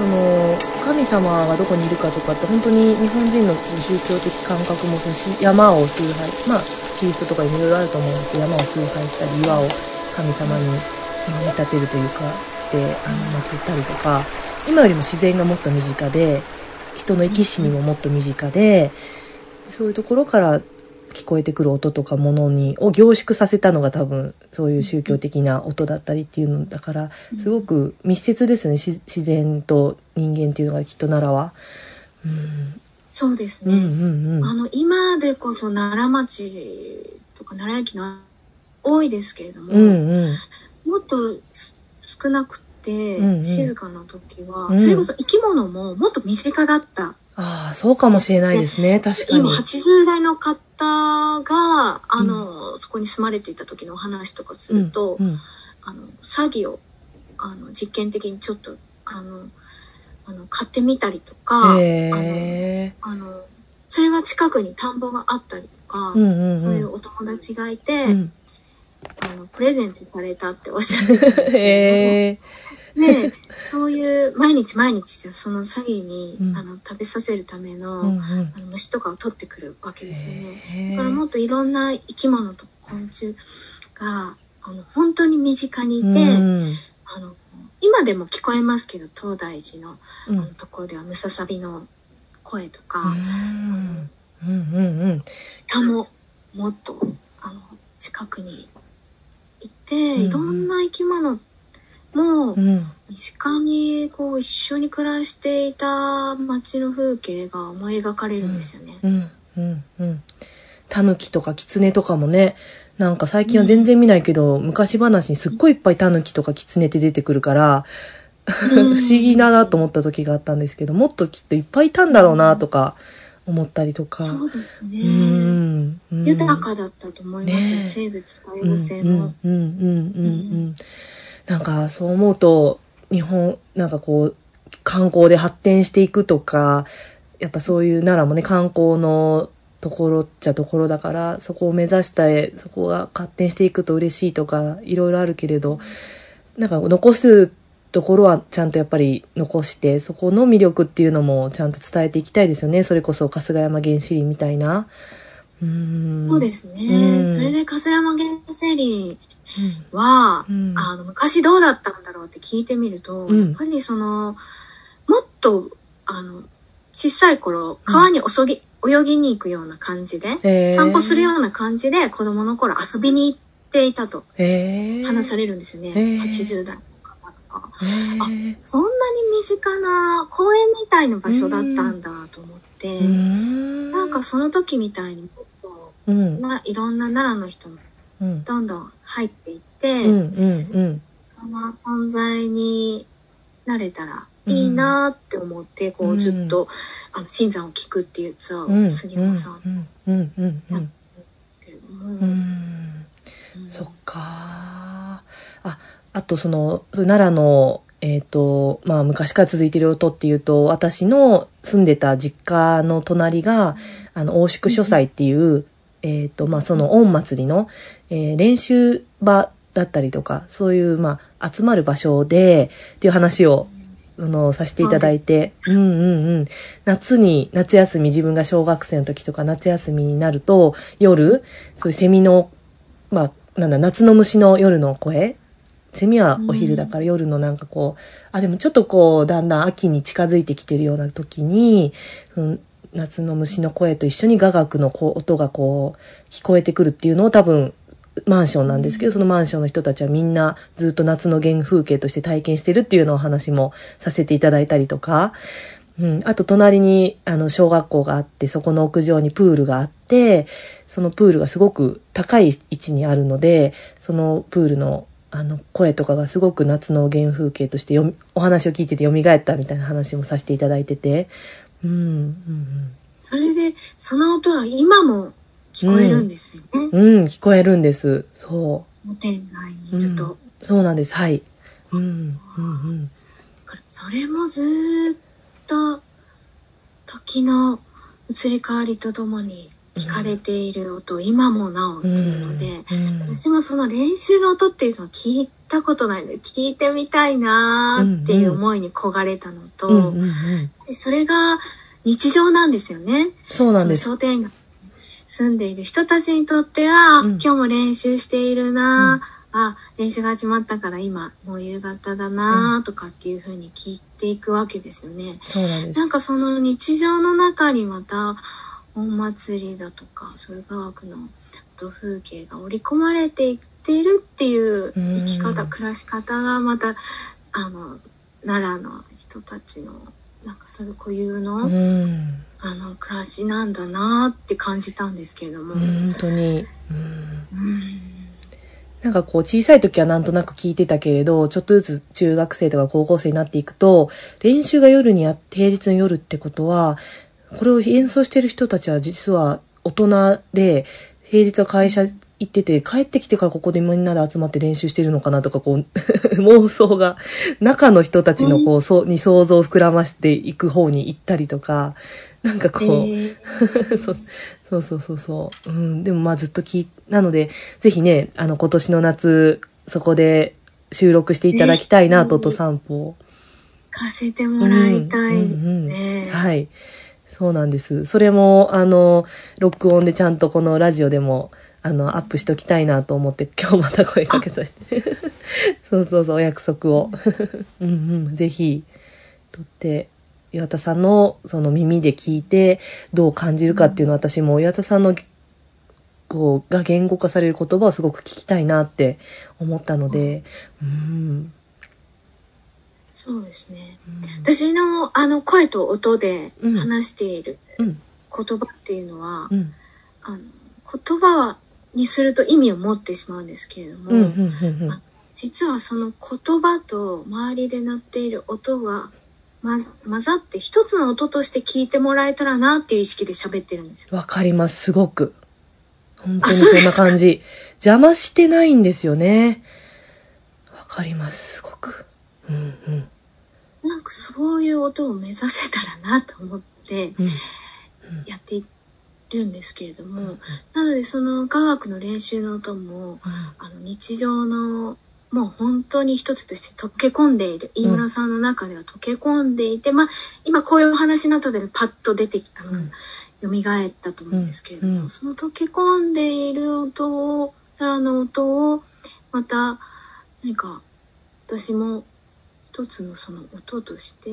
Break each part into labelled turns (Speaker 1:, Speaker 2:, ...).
Speaker 1: その神様がどこにいるかとかって本当に日本人の宗教的感覚もそうし、山を崇拝、キリストとかいろいろあると思うんですけど、山を崇拝したり岩を神様に見立てるというかで祀ったりとか、今よりも自然がもっと身近で人の生き死にももっと身近で、そういうところから聞こえてくる音とかものを凝縮させたのが多分そういう宗教的な音だったりっていうのだから、すごく密接ですね、自然と人間っていうのがきっと奈良は。
Speaker 2: そうですね、今でこそ奈良町とか奈良駅の多いですけれども、もっと少なくて、静かな時は、それこそ生き物ももっと身近だった。
Speaker 1: そうかもしれないですね。確かに。
Speaker 2: 今80代の方がそこに住まれていた時のお話とかすると、詐欺を実験的にちょっと買ってみたりとか、それは近くに田んぼがあったりとか、そういうお友達がいて、プレゼントされたっておっしゃってたんですけどで、そういう毎日じゃその詐欺に、食べさせるための、虫とかを取ってくるわけですよね。だからもっといろんな生き物と昆虫が本当に身近にいて、今でも聞こえますけど、東大寺の、ところではムササビの声とか、鹿ももっと近くにいて、いろんな生き物もう身近にこう一緒に暮らしていた街の風景が思い描かれるんですよね。
Speaker 1: タヌキとかキツネとかもね、なんか最近は全然見ないけど、昔話にすっごいいっぱいタヌキとかキツネって出てくるから不思議だなと思った時があったんですけど、もっときっといっぱいいたんだろうなとか思ったりとか。
Speaker 2: そうですね。豊かだったと思いますよ、生物多様性も。
Speaker 1: なんかそう思うと、日本なんかこう観光で発展していくとか、やっぱそういう奈良もね、観光のところっちゃところだから、そこを目指してそこが発展していくと嬉しいとかいろいろあるけれど、なんか残すところはちゃんとやっぱり残して、そこの魅力っていうのもちゃんと伝えていきたいですよね。それこそ春日山原始林みたいな。
Speaker 2: そうですね。それで春日山原生林は、昔どうだったんだろうって聞いてみると、やっぱりもっと小さい頃川に泳ぎに行くような感じで、散歩するような感じで子供の頃遊びに行っていたと話されるんですよね。80代の方とか。そんなに身近な公園みたいな場所だったんだと思って、なんかその時みたいにいろんな奈良の人もどんどん入っていって、その存在になれたらいいなって思って、こうずっと新山を聞くっていうツアーを杉山さんやってるんですけれども、
Speaker 1: そっか。あとその奈良の昔から続いている音っていうと、私の住んでた実家の隣が大宿書斎っていう、その御祭りの、練習場だったりとか、そういう集まる場所でっていう話をさせていただいて、夏休み、自分が小学生の時とか夏休みになると夜、そういうセミの夏の虫の夜の声、セミはお昼だから夜のなんかこう、でもちょっとこうだんだん秋に近づいてきてるような時に、その夏の虫の声と一緒に雅楽の音がこう聞こえてくるっていうのを、多分マンションなんですけど、そのマンションの人たちはみんなずっと夏の原風景として体験してるっていうのを話もさせていただいたりとか、あと隣に小学校があって、そこの屋上にプールがあって、そのプールがすごく高い位置にあるので、そのプールの声とかがすごく夏の原風景としてお話を聞いてて蘇ったみたいな話もさせていただいてて、
Speaker 2: それでその音は今も聞こえるんですよね。
Speaker 1: 聞こえるんです。そう。
Speaker 2: 店内にいると、
Speaker 1: そうなんです。はい。
Speaker 2: それもずっと時の移り変わりとともに聞かれている音、今もなおっていうので、私もその練習の音っていうのを聞いたことないので聞いてみたいなっていう思いに焦がれたのと、それが日常なんですよね。
Speaker 1: そうなんです。
Speaker 2: 商店街に住んでいる人たちにとっては、今日も練習しているな、練習が始まったから今もう夕方だなとかっていう風に聞いていくわけですよね。
Speaker 1: そうなんです。
Speaker 2: なんかその日常の中にまたお祭りだとかそういう雅楽の風景が織り込まれていっているっていう生き方、暮らし方がまた奈良の人たちのなんかそれ固有の、暮らしなんだなって感じたんですけれども、
Speaker 1: 本当に、なんかこう小さい時はなんとなく聞いてたけれど、ちょっとずつ中学生とか高校生になっていくと、練習が夜に平日の夜ってことは、これを演奏してる人たちは実は大人で、平日は会社行ってて、帰ってきてからここでみんなで集まって練習してるのかなとか、こう妄想が中の人たちのこう、に想像を膨らましていく方に行ったりとか、なんかこう、そう、でもまあずっとなのでぜひね、今年の夏そこで収録していただきたいなと、と散歩を
Speaker 2: 行かせてもらいたいね。
Speaker 1: はい、そうなんです。それも録音でちゃんとこのラジオでもアップしときたいなと思って、今日また声かけさせてそうお約束をぜひとって岩田さんのその耳で聞いてどう感じるかっていうのを、私も岩田さんのこうが言語化される言葉をすごく聞きたいなって思ったので、
Speaker 2: そうですね。私の声と音で話している言葉っていうのは、言葉にすると意味を持ってしまうんですけれども、実はその言葉と周りで鳴っている音が混ざって一つの音として聞いてもらえたらなっていう意識で喋ってるんですよ。
Speaker 1: わかります。すごく本当にそんな感じ。邪魔してないんですよね。わかります。すごく。
Speaker 2: なんかそういう音を目指せたらなと思ってやっているんですけれども、なのでその雅楽の練習の音も、日常のもう本当に一つとして溶け込んでいる、飯村さんの中では溶け込んでいて、今こういうお話の後でパッと出てきた蘇ったと思うんですけれども、その溶け込んでいる音を、奈良の音をまた何か私も一つのその音として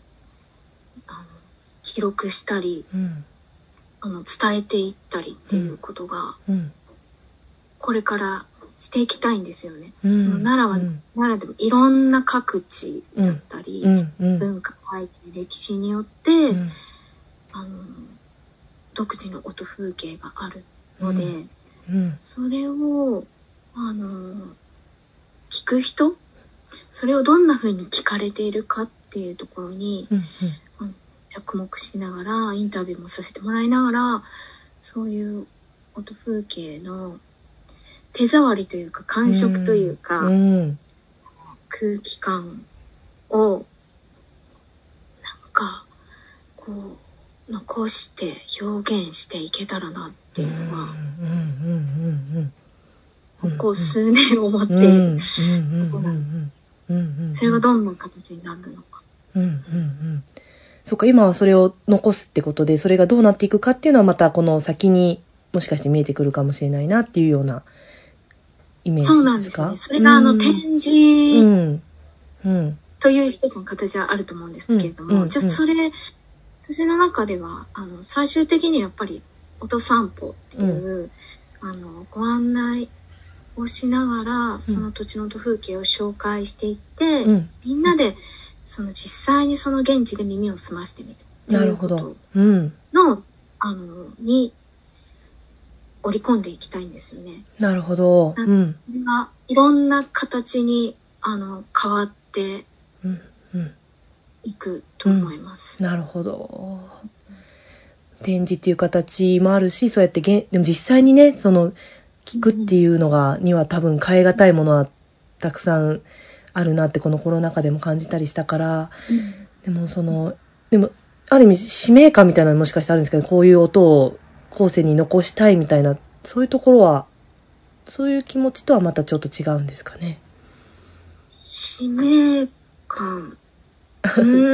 Speaker 2: 記録したり、伝えていったりっていうことが、これからしていきたいんですよね。その奈良でもいろんな各地だったり、文化背景歴史によって、独自の音風景があるので、それを聞く人、それをどんな風に聞かれているかっていうところに、着目しながらインタビューもさせてもらいながら、そういう音風景の手触りというか感触というか、空気感をなんかこう残して表現していけたらなっていうのは、ここ数年思っていることなんです。それがどんな形になるのか。
Speaker 1: そうか、今はそれを残すってことで、それがどうなっていくかっていうのはまたこの先にもしかして見えてくるかもしれないなっていうようなイメージですか？
Speaker 2: そうなんですね。それが展示という一つの形はあると思うんですけれども、じゃあそれ私の中では最終的にやっぱり音散歩っていう、ご案内をしながらその土地の音風景を紹介していって、みんなでその実際にその現地で耳を澄ましてみるっていうことの、に織り込んでいきたいんですよね。
Speaker 1: なるほど。
Speaker 2: いろんな形に変わっていくと思います。
Speaker 1: なるほど。展示っていう形もあるし、そうやってでも実際にね、その聞くっていうのには多分変え難いものはたくさんあるなってこのコロナ禍でも感じたりしたから、でもある意味使命感みたいなのもしかしてあるんですけど、こういう音を後世に残したいみたいな、そういうところは、そういう気持ちとはまたちょっと違うんですかね。
Speaker 2: 使命感。
Speaker 1: だ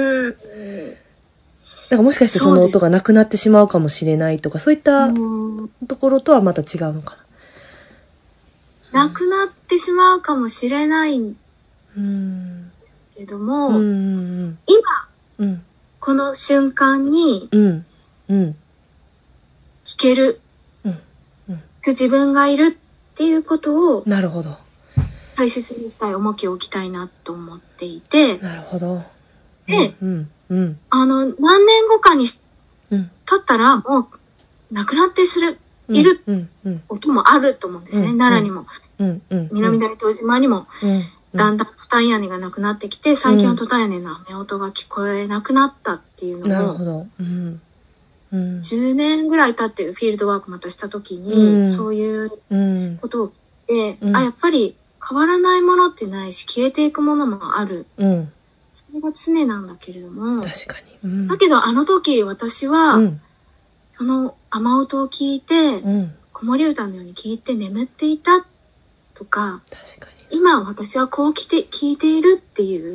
Speaker 1: からもしかしてその音がなくなってしまうかもしれないとか、そういったところとはまた違うのか
Speaker 2: な。なくなってしまうかもしれないんですけども、今、この瞬間に聞ける、自分がいるっていうことを、
Speaker 1: なるほど。
Speaker 2: 大切にしたい、重きを置きたいなと思っていて、
Speaker 1: なるほど。
Speaker 2: で、何年後かに経ったらもうなくなっている音もあると思うんですね。奈良にも、南大東島にも、だんだんトタン屋根がなくなってきて、最近はトタン屋根の雨音が聞こえなくなったっていうのも、
Speaker 1: なるほど。
Speaker 2: 10年ぐらい経ってるフィールドワークまたした時に、そういうことを聞いて、やっぱり変わらないものってないし、消えていくものもある。それが常なんだけれども、
Speaker 1: 確かに。
Speaker 2: だけどあの時私は、その雨音を聞いて、子守歌のように聞いて眠っていたとか、
Speaker 1: 確か
Speaker 2: に今私はこう聞いているっていう、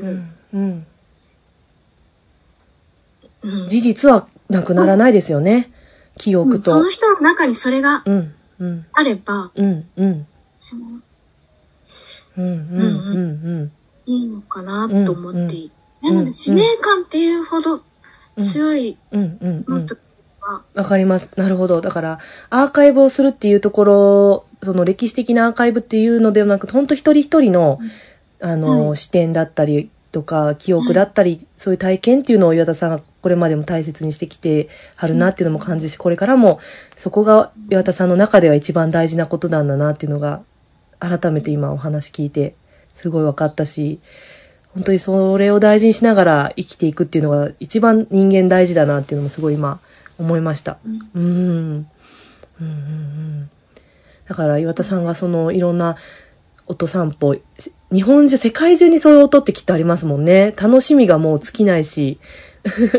Speaker 1: 事実はなくならないですよね。記憶と。
Speaker 2: その人の中にそれがあれば、いいのかなと思っていて、なので使命感っていうほど強いのと
Speaker 1: わかります。なるほど。だからアーカイブをするっていうところ、その歴史的なアーカイブっていうのではなく、本当一人一人の、視点だったりとか記憶だったり、そういう体験っていうのを岩田さんがこれまでも大切にしてきてはるなっていうのも感じし、これからもそこが岩田さんの中では一番大事なことなんだなっていうのが改めて今お話聞いてすごい分かったし、本当にそれを大事にしながら生きていくっていうのが一番人間大事だなっていうのもすごい今思いました。だから岩田さんがそのいろんな音散歩、日本中世界中にそういう音ってきっとありますもんね。楽しみがもう尽きないし。
Speaker 2: 私の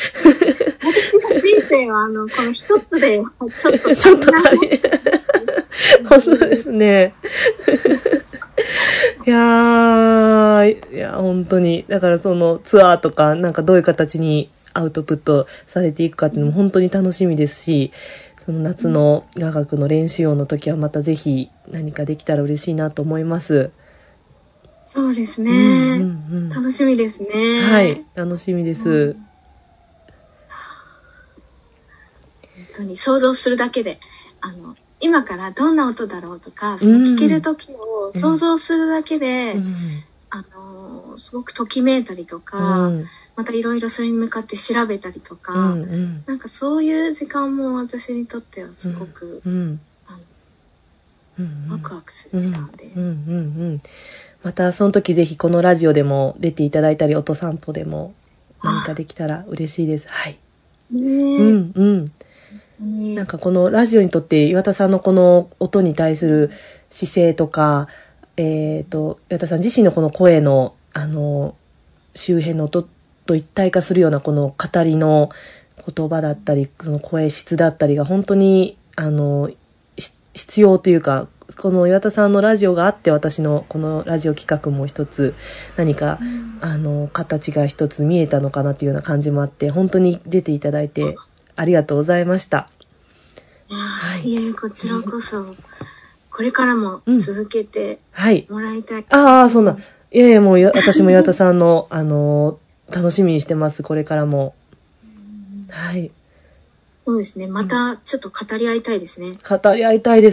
Speaker 2: 人生はこの一つで
Speaker 1: ちょっと足り本当ですね。いや本当にだからそのツアーとかなんかどういう形にアウトプットされていくかっていうのも本当に楽しみですし、その夏の雅楽の練習音の時はまたぜひ何かできたら嬉しいなと思います。
Speaker 2: そうですね、楽しみですね。
Speaker 1: はい、楽しみです。
Speaker 2: 本当に想像するだけで今からどんな音だろうとか、その聞ける時を想像するだけで、すごくときめいたりとか、またいろいろそれに向かって調べたりとか、なんかそういう時間も私にとってはすごく、ワクワクする時間で、
Speaker 1: またその時ぜひこのラジオでも出ていただいたり、音散歩でも何かできたら嬉しいです。はい。なんかこのラジオにとって岩田さんのこの音に対する姿勢とか、岩田さん自身のこの声の周辺の音と一体化するようなこの語りの言葉だったり、その声質だったりが本当に必要というか、この岩田さんのラジオがあって私のこのラジオ企画も一つ何か、形が一つ見えたのかなというような感じもあって、本当に出ていただいてありがとうございました。
Speaker 2: いえ、こちらこそこれからも続けてもらいたい。
Speaker 1: そんな。いやいや、もう私も岩田さんの楽しみにしてます。これからも。はい。
Speaker 2: そうですね。またちょっと語り合いたいですね。
Speaker 1: 語り合いたいです。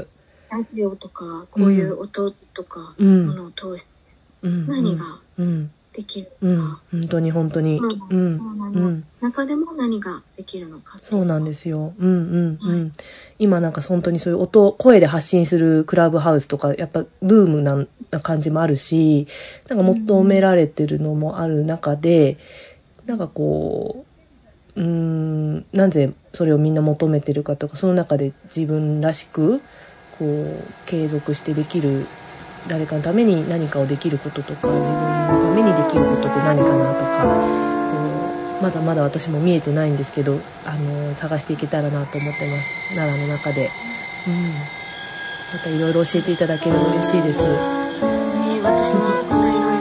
Speaker 2: ラジオとかこういう音とかものを通して何ができるのか、
Speaker 1: 本当に、
Speaker 2: 中でも何ができるのか。
Speaker 1: そうなんですよ。今なんか本当にそういう声で発信するクラブハウスとかやっぱブームな感じもあるし、なんか求められてるのもある中で、なんかこうなぜそれをみんな求めてるかとか、その中で自分らしくこう継続してできる、誰かのために何かをできることとか、自分のためにできることって何かなとか、こうまだまだ私も見えてないんですけど、探していけたらなと思ってます。奈良の中で。またいろいろ教えていただけると嬉しいです。
Speaker 2: 私もまたいろいろ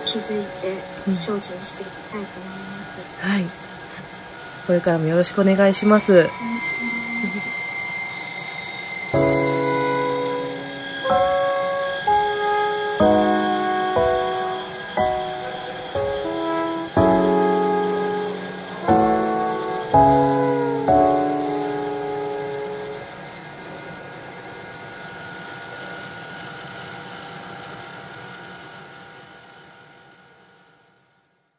Speaker 2: 気づいて精進していきたいと思います。
Speaker 1: はい。これからもよろしくお願いします。